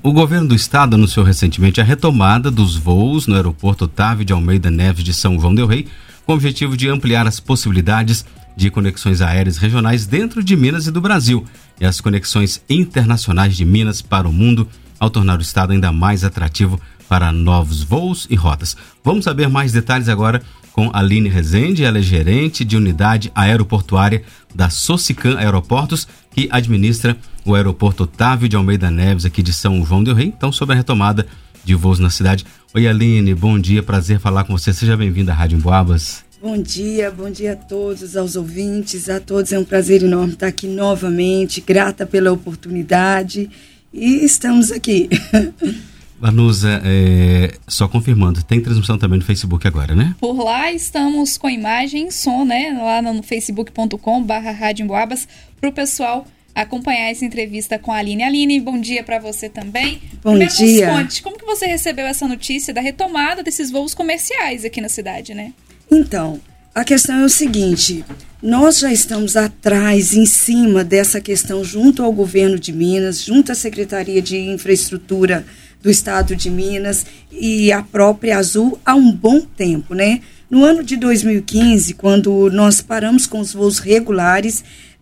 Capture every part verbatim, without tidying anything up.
O governo do estado anunciou recentemente a retomada dos voos no aeroporto Otávio de Almeida Neves de São João del Rei, com o objetivo de ampliar as possibilidades de conexões aéreas regionais dentro de Minas e do Brasil e as conexões internacionais de Minas para o mundo, ao tornar o estado ainda mais atrativo para novos voos e rotas. Vamos saber mais detalhes agora com Aline Rezende, ela é gerente de unidade aeroportuária da Socicam Aeroportos, que administra o aeroporto Otávio de Almeida Neves aqui de São João del Rei, então sobre a retomada de voos na cidade. Oi Aline, bom dia, prazer falar com você, seja bem-vinda à Rádio Emboabas. Bom dia, bom dia a todos, aos ouvintes, a todos, é um prazer enorme estar aqui novamente, grata pela oportunidade e estamos aqui. Vanusa, é, só confirmando, tem transmissão também no Facebook agora, né? Por lá estamos com imagem e som, né? Lá no facebook ponto com barra Rádio Emboabas, para o pessoal acompanhar essa entrevista com a Aline. Aline, bom dia para você também. Bom Primeiro, dia. nos conte, como que você recebeu essa notícia da retomada desses voos comerciais aqui na cidade, né? Então, a questão é o seguinte, nós já estamos atrás, em cima dessa questão, junto ao governo de Minas, junto à Secretaria de Infraestrutura do Estado de Minas e a própria Azul há um bom tempo, né? No ano de dois mil e quinze, quando nós paramos com os voos regulares,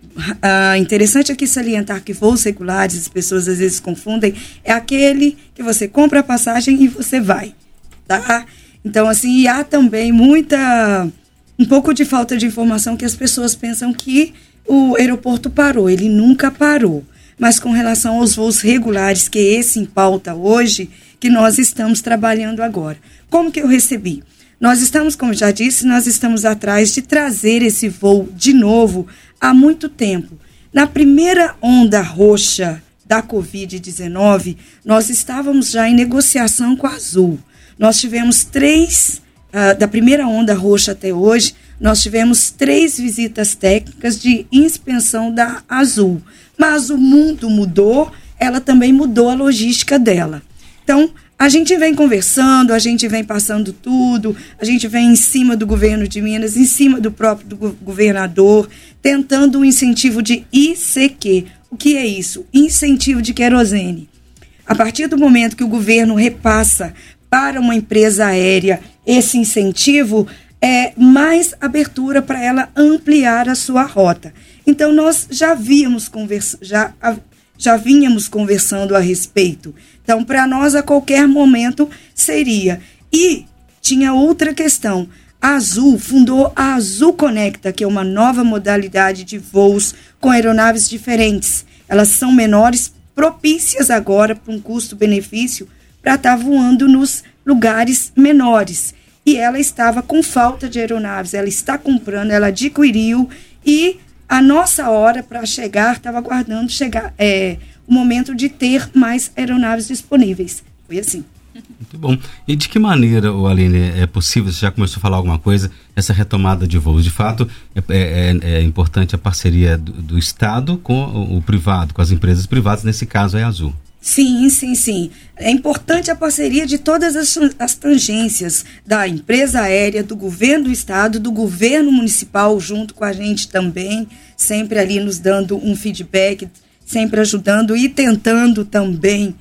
ah, interessante aqui salientar que voos regulares, as pessoas às vezes confundem, é aquele que você compra a passagem e você vai, tá? Então, assim, há também muita, um pouco de falta de informação que as pessoas pensam que o aeroporto parou. Ele nunca parou. Mas com relação aos voos regulares, que é esse em pauta hoje, que nós estamos trabalhando agora. Como que eu recebi? Nós estamos, como já disse, nós estamos atrás de trazer esse voo de novo há muito tempo. Na primeira onda roxa da covid dezenove, nós estávamos já em negociação com a Azul. Nós tivemos três, uh, da primeira onda roxa até hoje, nós tivemos três visitas técnicas de inspeção da Azul. Mas o mundo mudou, ela também mudou a logística dela. Então, a gente vem conversando, a gente vem passando tudo, a gente vem em cima do governo de Minas, em cima do próprio do governador, tentando um incentivo de I C Q. O que é isso? Incentivo de querosene. A partir do momento que o governo repassa para uma empresa aérea esse incentivo, é mais abertura para ela ampliar a sua rota. Então, nós já víamos conversa, já, já vínhamos conversando a respeito. Então, para nós, a qualquer momento seria. E tinha outra questão. A Azul fundou a Azul Conecta, que é uma nova modalidade de voos com aeronaves diferentes. Elas são menores, propícias agora para um custo-benefício, para estar voando nos lugares menores. E ela estava com falta de aeronaves, ela está comprando, ela adquiriu e a nossa hora para chegar, estava aguardando chegar, é, o momento de ter mais aeronaves disponíveis. Foi assim. Muito bom. E de que maneira, Aline, é possível, você já começou a falar alguma coisa, essa retomada de voos? De fato, é, é, é importante a parceria do, do Estado com o, o privado, com as empresas privadas, nesse caso é a Azul. Sim, sim, sim. É importante a parceria de todas as, as tangências da empresa aérea, do governo do estado, do governo municipal, junto com a gente também, sempre ali nos dando um feedback, sempre ajudando e tentando também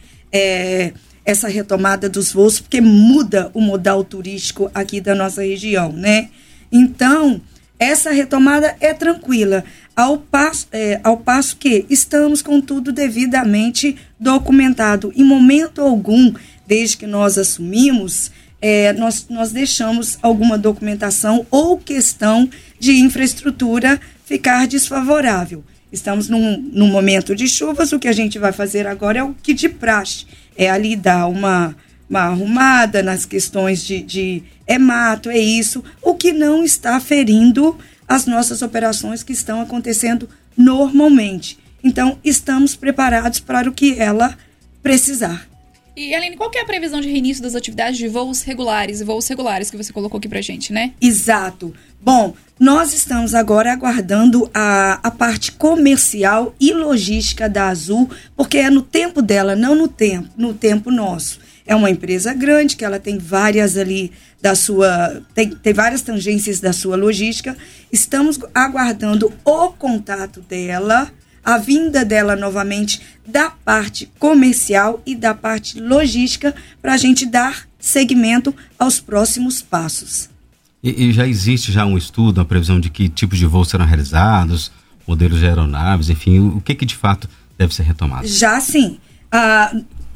é, essa retomada dos voos, porque muda o modal turístico aqui da nossa região, né? Então, essa retomada é tranquila, ao passo, é, ao passo que estamos com tudo devidamente documentado. Em momento algum, desde que nós assumimos, é, nós, nós deixamos alguma documentação ou questão de infraestrutura ficar desfavorável. Estamos num, num momento de chuvas, o que a gente vai fazer agora é o que de praxe, é ali dar uma... uma arrumada nas questões de, de é mato, é isso, o que não está ferindo as nossas operações que estão acontecendo normalmente. Então, estamos preparados para o que ela precisar. E, Aline, qual que é a previsão de reinício das atividades de voos regulares e voos regulares que você colocou aqui pra gente, né? Exato. Bom, nós estamos agora aguardando a, a parte comercial e logística da Azul, porque é no tempo dela, não no tempo, no tempo nosso. É uma empresa grande, que ela tem várias ali da sua, tem, tem várias tangências da sua logística. Estamos aguardando o contato dela, a vinda dela novamente da parte comercial e da parte logística para a gente dar seguimento aos próximos passos. E, e já existe já um estudo, uma previsão de que tipos de voos serão realizados, modelos de aeronaves, enfim, o, o que que de fato deve ser retomado? Já sim. Ah,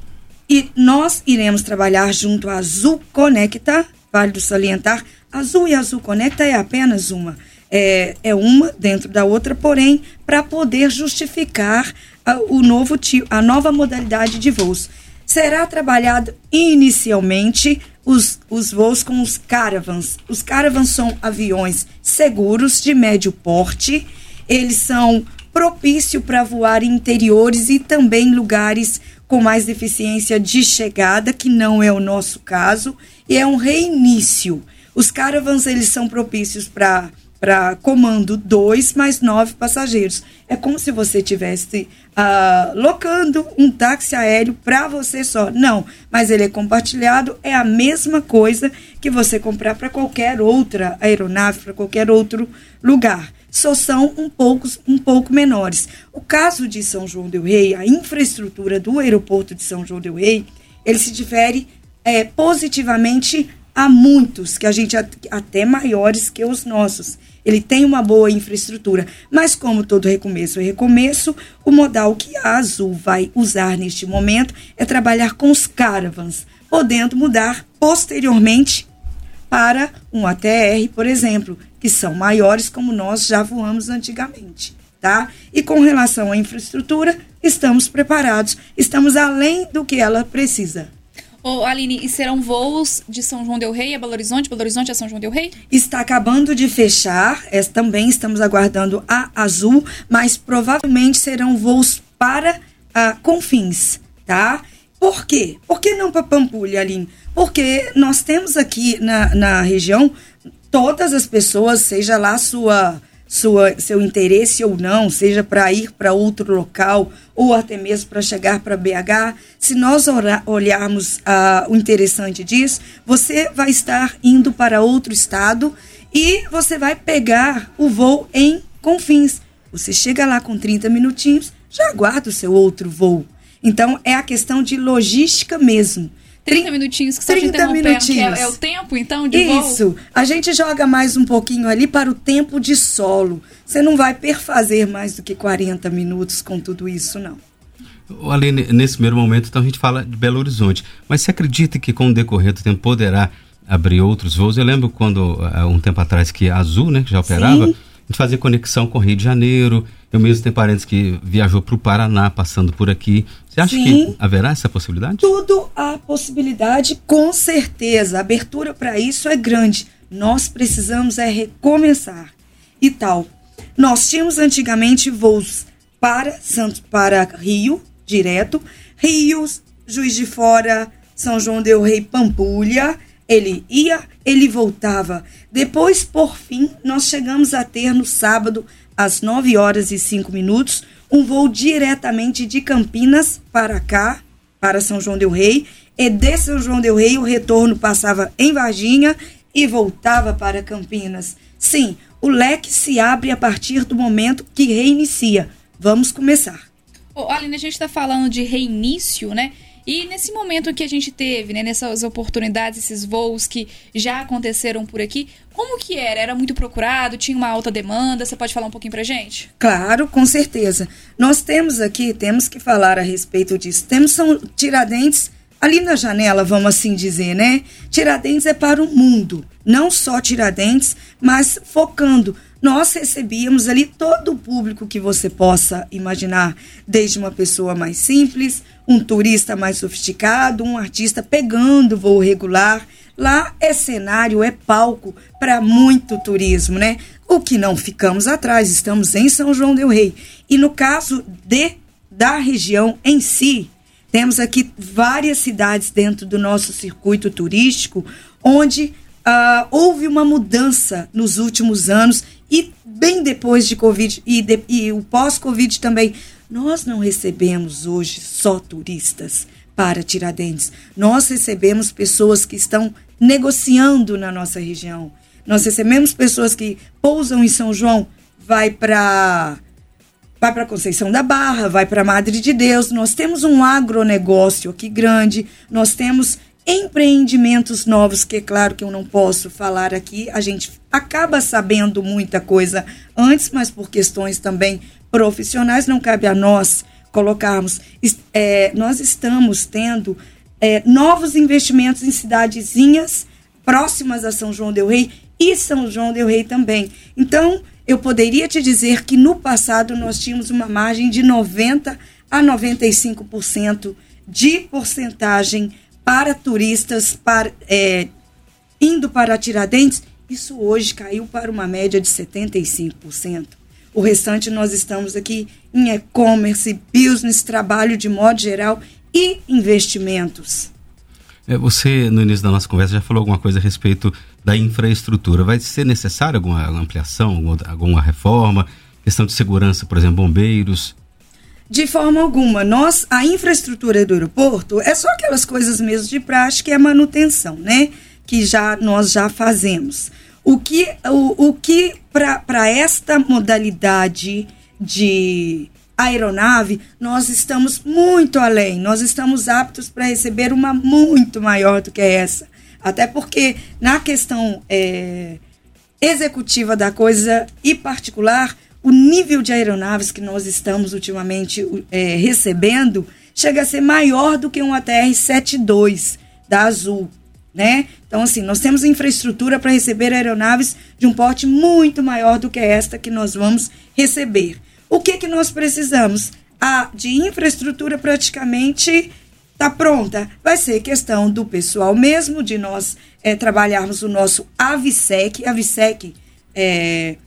e nós iremos trabalhar junto à Azul Conecta, vale salientar, Azul e Azul Conecta é apenas uma. É, é uma dentro da outra, porém, para poder justificar a, o novo tipo, a nova modalidade de voos. Será trabalhado inicialmente os, os voos com os caravans. Os caravans são aviões seguros, de médio porte. Eles são propícios para voar em interiores e também lugares com mais deficiência de chegada, que não é o nosso caso, e é um reinício. Os caravans, eles são propícios para para comando dois mais nove passageiros. É como se você estivesse uh, locando um táxi aéreo para você só. Não, mas ele é compartilhado, é a mesma coisa que você comprar para qualquer outra aeronave, para qualquer outro lugar. Só são um pouco, um pouco menores. O caso de São João del Rei, a infraestrutura do aeroporto de São João del Rei, ele se difere é, positivamente a muitos, que a gente até maiores que os nossos. Ele tem uma boa infraestrutura, mas como todo recomeço é recomeço, o modal que a Azul vai usar neste momento é trabalhar com os caravans, podendo mudar posteriormente para um A T R, por exemplo, que são maiores como nós já voamos antigamente, tá? E com relação à infraestrutura, estamos preparados, estamos além do que ela precisa. Ô, Aline, e serão voos de São João del Rei a Belo Horizonte, Belo Horizonte a São João del Rei? Está acabando de fechar, é, também estamos aguardando a Azul, mas provavelmente serão voos para ah, Confins, tá? Por quê? Por que não para Pampulha, Aline? Porque nós temos aqui na, na região todas as pessoas, seja lá sua... Sua, seu interesse ou não, seja para ir para outro local ou até mesmo para chegar para B H, se nós ora, olharmos uh, o interessante disso, você vai estar indo para outro estado e você vai pegar o voo em Confins. Você chega lá com trinta minutinhos, já aguarda o seu outro voo. Então, é a questão de logística mesmo. trinta minutinhos que você está interrompendo, que é, é o tempo, então, de voo? Isso. A gente joga mais um pouquinho ali para o tempo de solo. Você não vai perfazer mais do que quarenta minutos com tudo isso, não. Aline, nesse primeiro momento, então, a gente fala de Belo Horizonte. Mas você acredita que com o decorrer do tempo poderá abrir outros voos? Eu lembro quando, há um tempo atrás, que a Azul, né, que já operava, sim, a gente fazia conexão com o Rio de Janeiro. Eu mesmo tenho parentes que viajou para o Paraná, passando por aqui. Você acha, sim, que haverá essa possibilidade? Tudo há possibilidade, com certeza. A abertura para isso é grande. Nós precisamos é recomeçar. E tal. Nós tínhamos antigamente voos para Santos, para Rio, direto. Rio, Juiz de Fora, São João del Rei, Pampulha. Ele ia, ele voltava. Depois, por fim, nós chegamos a ter no sábado, às nove horas e cinco minutos, um voo diretamente de Campinas para cá, para São João del Rei. E de São João del Rei, o retorno passava em Varginha e voltava para Campinas. Sim, o leque se abre a partir do momento que reinicia. Vamos começar. Ô, Aline, a gente está falando de reinício, né? E nesse momento que a gente teve, né, nessas oportunidades, esses voos que já aconteceram por aqui, como que era? Era muito procurado? Tinha uma alta demanda? Você pode falar um pouquinho pra gente? Claro, com certeza. Nós temos aqui, temos que falar a respeito disso. Temos São Tiradentes ali na janela, vamos assim dizer, né? Tiradentes é para o mundo. Não só Tiradentes, mas focando. Nós recebíamos ali todo o público que você possa imaginar, desde uma pessoa mais simples, um turista mais sofisticado, um artista pegando voo regular. Lá é cenário, é palco para muito turismo, né? O que não ficamos atrás, estamos em São João del Rei. E no caso de, da região em si, temos aqui várias cidades dentro do nosso circuito turístico, onde uh, houve uma mudança nos últimos anos e bem depois de Covid e, de, e o pós-Covid também. Nós não recebemos hoje só turistas para Tiradentes. Nós recebemos pessoas que estão negociando na nossa região. Nós recebemos pessoas que pousam em São João, vai para vai para Conceição da Barra, vai para Madre de Deus. Nós temos um agronegócio aqui grande, nós temos empreendimentos novos, que é claro que eu não posso falar aqui, a gente acaba sabendo muita coisa antes, mas por questões também profissionais, não cabe a nós colocarmos. É, nós estamos tendo é, novos investimentos em cidadezinhas próximas a São João del Rei e São João del Rei também. Então, eu poderia te dizer que no passado nós tínhamos uma margem de noventa a noventa e cinco por cento de porcentagem para turistas para, é, indo para Tiradentes. Isso hoje caiu para uma média de setenta e cinco por cento. O restante nós estamos aqui em e-commerce, business, trabalho de modo geral e investimentos. É, você, no início da nossa conversa, já falou alguma coisa a respeito da infraestrutura. Vai ser necessária alguma ampliação, alguma reforma? Questão de segurança, por exemplo, bombeiros? De forma alguma. Nós, a infraestrutura do aeroporto é só aquelas coisas mesmo de praxe, que é manutenção, né? Que já, nós já fazemos. O que, o, o que para esta modalidade de aeronave, nós estamos muito além. Nós estamos aptos para receber uma muito maior do que essa. Até porque, na questão é, executiva da coisa e particular, o nível de aeronaves que nós estamos ultimamente é, recebendo chega a ser maior do que um A T R setenta e dois da Azul, né? Então, assim, nós temos infraestrutura para receber aeronaves de um porte muito maior do que esta que nós vamos receber. O que que nós precisamos? A de infraestrutura praticamente está pronta. Vai ser questão do pessoal mesmo, de nós é, trabalharmos o nosso AVSEC. AVSEC é...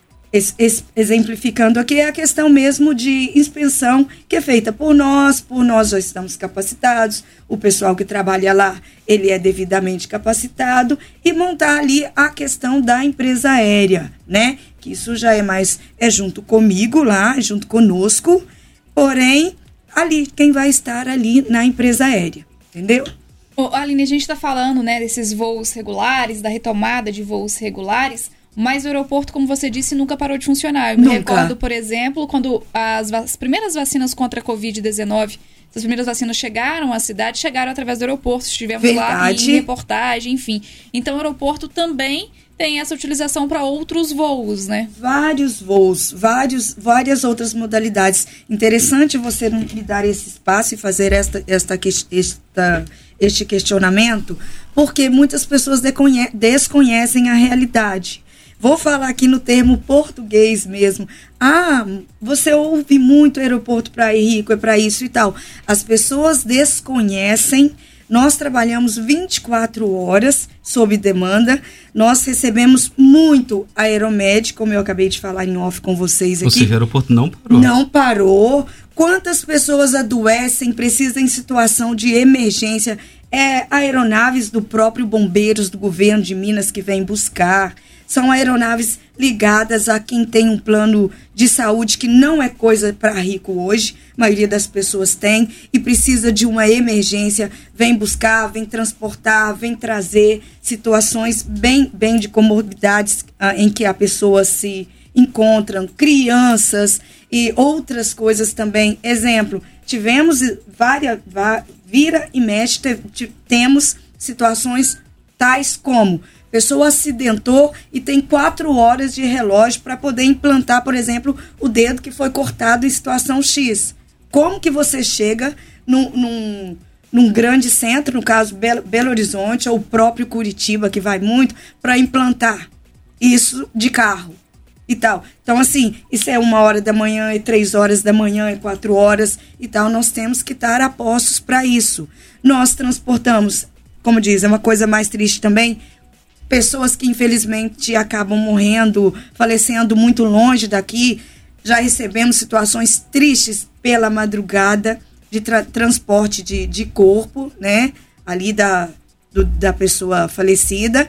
exemplificando aqui, é a questão mesmo de inspeção que é feita por nós, por nós já estamos capacitados, o pessoal que trabalha lá, ele é devidamente capacitado, e montar ali a questão da empresa aérea, né? Que isso já é mais, é junto comigo lá, junto conosco, porém, ali, quem vai estar ali na empresa aérea, entendeu? Ô, Aline, a gente está falando, né, desses voos regulares, da retomada de voos regulares, mas o aeroporto, como você disse, nunca parou de funcionar. Eu me Nunca. recordo, por exemplo, quando as, as primeiras vacinas contra a covid dezenove, as primeiras vacinas chegaram à cidade, chegaram através do aeroporto. Estivemos Verdade. lá em reportagem, enfim. Então, o aeroporto também tem essa utilização para outros voos, né? Vários voos, vários, várias outras modalidades. Interessante você me dar esse espaço e fazer esta, esta, esta, este questionamento, porque muitas pessoas desconhecem a realidade. Vou falar aqui no termo português mesmo. Ah, você ouve muito aeroporto para ir rico, é para isso e tal. As pessoas desconhecem. Nós trabalhamos vinte e quatro horas sob demanda. Nós recebemos muito Aeromed, como eu acabei de falar em off com vocês aqui. Ou seja, o aeroporto não parou. Não parou. Quantas pessoas adoecem, precisam em situação de emergência? É, aeronaves do próprio Bombeiros do governo de Minas que vem buscar. São aeronaves ligadas a quem tem um plano de saúde que não é coisa para rico hoje. A maioria das pessoas tem e precisa de uma emergência. Vem buscar, vem transportar, vem trazer situações bem, bem de comorbidades ah, em que a pessoa se encontra, crianças e outras coisas também. Exemplo, tivemos várias, vira e mexe, temos situações tais como pessoa acidentou e tem quatro horas de relógio para poder implantar, por exemplo, o dedo que foi cortado em situação X. Como que você chega num, num, num grande centro, no caso Belo, Belo Horizonte ou o próprio Curitiba, que vai muito, para implantar isso de carro e tal. Então, assim, isso é uma hora da manhã, é três horas da manhã, é quatro horas e tal. Nós temos que estar a postos para isso. Nós transportamos, como diz, é uma coisa mais triste também, pessoas que infelizmente acabam morrendo, falecendo muito longe daqui. Já recebemos situações tristes pela madrugada de tra- transporte de, de corpo, né? Ali da, do, da pessoa falecida.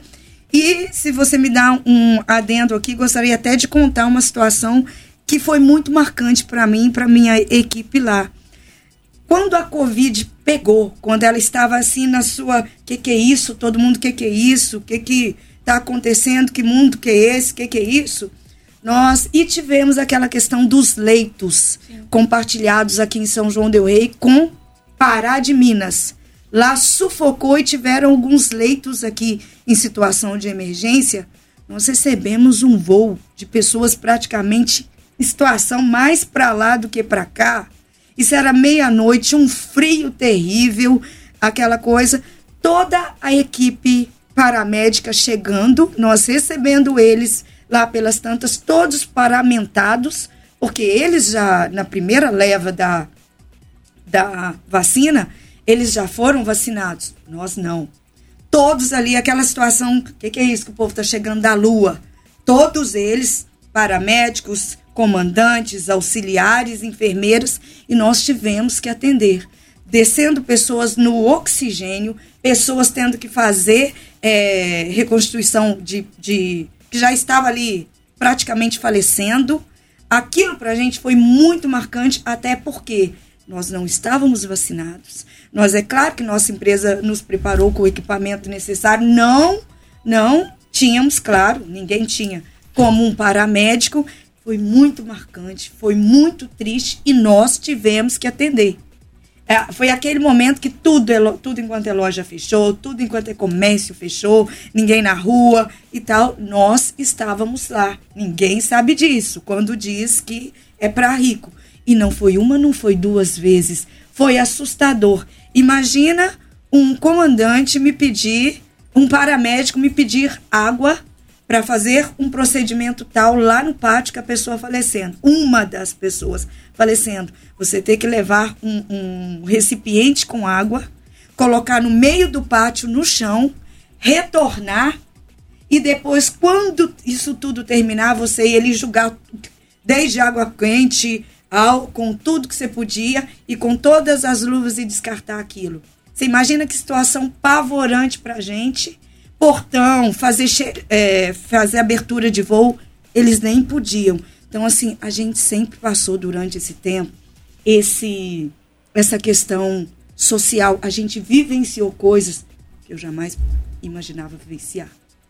E se você me dá um adendo aqui, gostaria até de contar uma situação que foi muito marcante para mim e para minha equipe lá. Quando a Covid pegou, quando ela estava assim na sua, que que é isso? Todo mundo, que que é isso? Que que está acontecendo? Que mundo que é esse? Que que é isso? Nós, e tivemos aquela questão dos leitos Sim. compartilhados aqui em São João del Rei com Pará de Minas. Lá sufocou e tiveram alguns leitos aqui em situação de emergência. Nós recebemos um voo de pessoas praticamente em situação mais para lá do que para cá. Isso era meia-noite, um frio terrível, aquela coisa. Toda a equipe paramédica chegando, nós recebendo eles lá pelas tantas, todos paramentados, porque eles já, na primeira leva da, da vacina, eles já foram vacinados. Nós não. Todos ali, aquela situação, o que, que é isso que o povo está chegando da lua? Todos eles, paramédicos, comandantes, auxiliares, enfermeiras, e nós tivemos que atender. Descendo pessoas no oxigênio, pessoas tendo que fazer é, reconstituição de, de... que já estava ali praticamente falecendo. Aquilo para a gente foi muito marcante, até porque nós não estávamos vacinados. Nós, é claro que nossa empresa nos preparou com o equipamento necessário. Não, não tínhamos, claro, ninguém tinha como um paramédico. Foi muito marcante, foi muito triste e nós tivemos que atender. É, foi aquele momento que tudo, é, tudo enquanto é loja fechou, tudo enquanto é comércio fechou, ninguém na rua e tal. Nós estávamos lá. Ninguém sabe disso quando diz que é para rico. E não foi uma, não foi duas vezes. Foi assustador. Imagina um comandante me pedir, um paramédico me pedir água para fazer um procedimento tal lá no pátio, que a pessoa falecendo. Uma das pessoas falecendo. Você tem que levar um, um recipiente com água, colocar no meio do pátio, no chão, retornar e depois, quando isso tudo terminar, você e ele jogar desde água quente, ao, com tudo que você podia e com todas as luvas e descartar aquilo. Você imagina que situação pavorante para a gente. Portão, fazer, é, fazer abertura de voo, eles nem podiam. Então, assim, a gente sempre passou durante esse tempo esse, essa questão social. A gente vivenciou coisas que eu jamais imaginava vivenciar.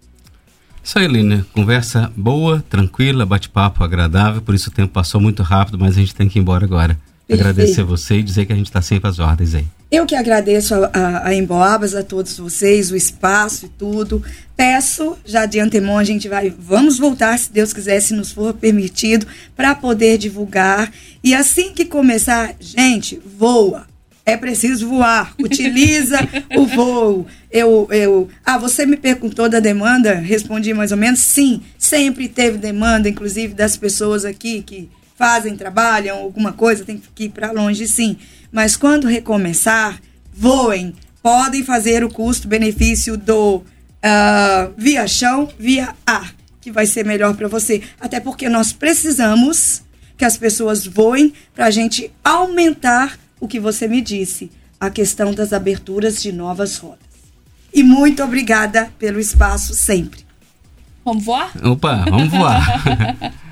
Isso aí, Línia. Conversa boa, tranquila, bate-papo agradável, por isso o tempo passou muito rápido, mas a gente tem que ir embora agora. Perfeito. Agradecer você e dizer que a gente está sempre às ordens aí. Eu que agradeço a, a, a Emboabas, a todos vocês, o espaço e tudo. Peço, já de antemão, a gente vai, vamos voltar, se Deus quiser, se nos for permitido, para poder divulgar. E assim que começar, gente, voa. É preciso voar. Utiliza o voo. Eu, eu, ah, você me perguntou da demanda, respondi mais ou menos. Sim, sempre teve demanda, inclusive das pessoas aqui que fazem, trabalham, alguma coisa, tem que ir para longe, sim. Mas quando recomeçar, voem. Podem fazer o custo-benefício do uh, via chão, via ar, que vai ser melhor para você. Até porque nós precisamos que as pessoas voem para a gente aumentar o que você me disse, a questão das aberturas de novas rotas. E muito obrigada pelo espaço sempre. Vamos voar? Opa, vamos voar.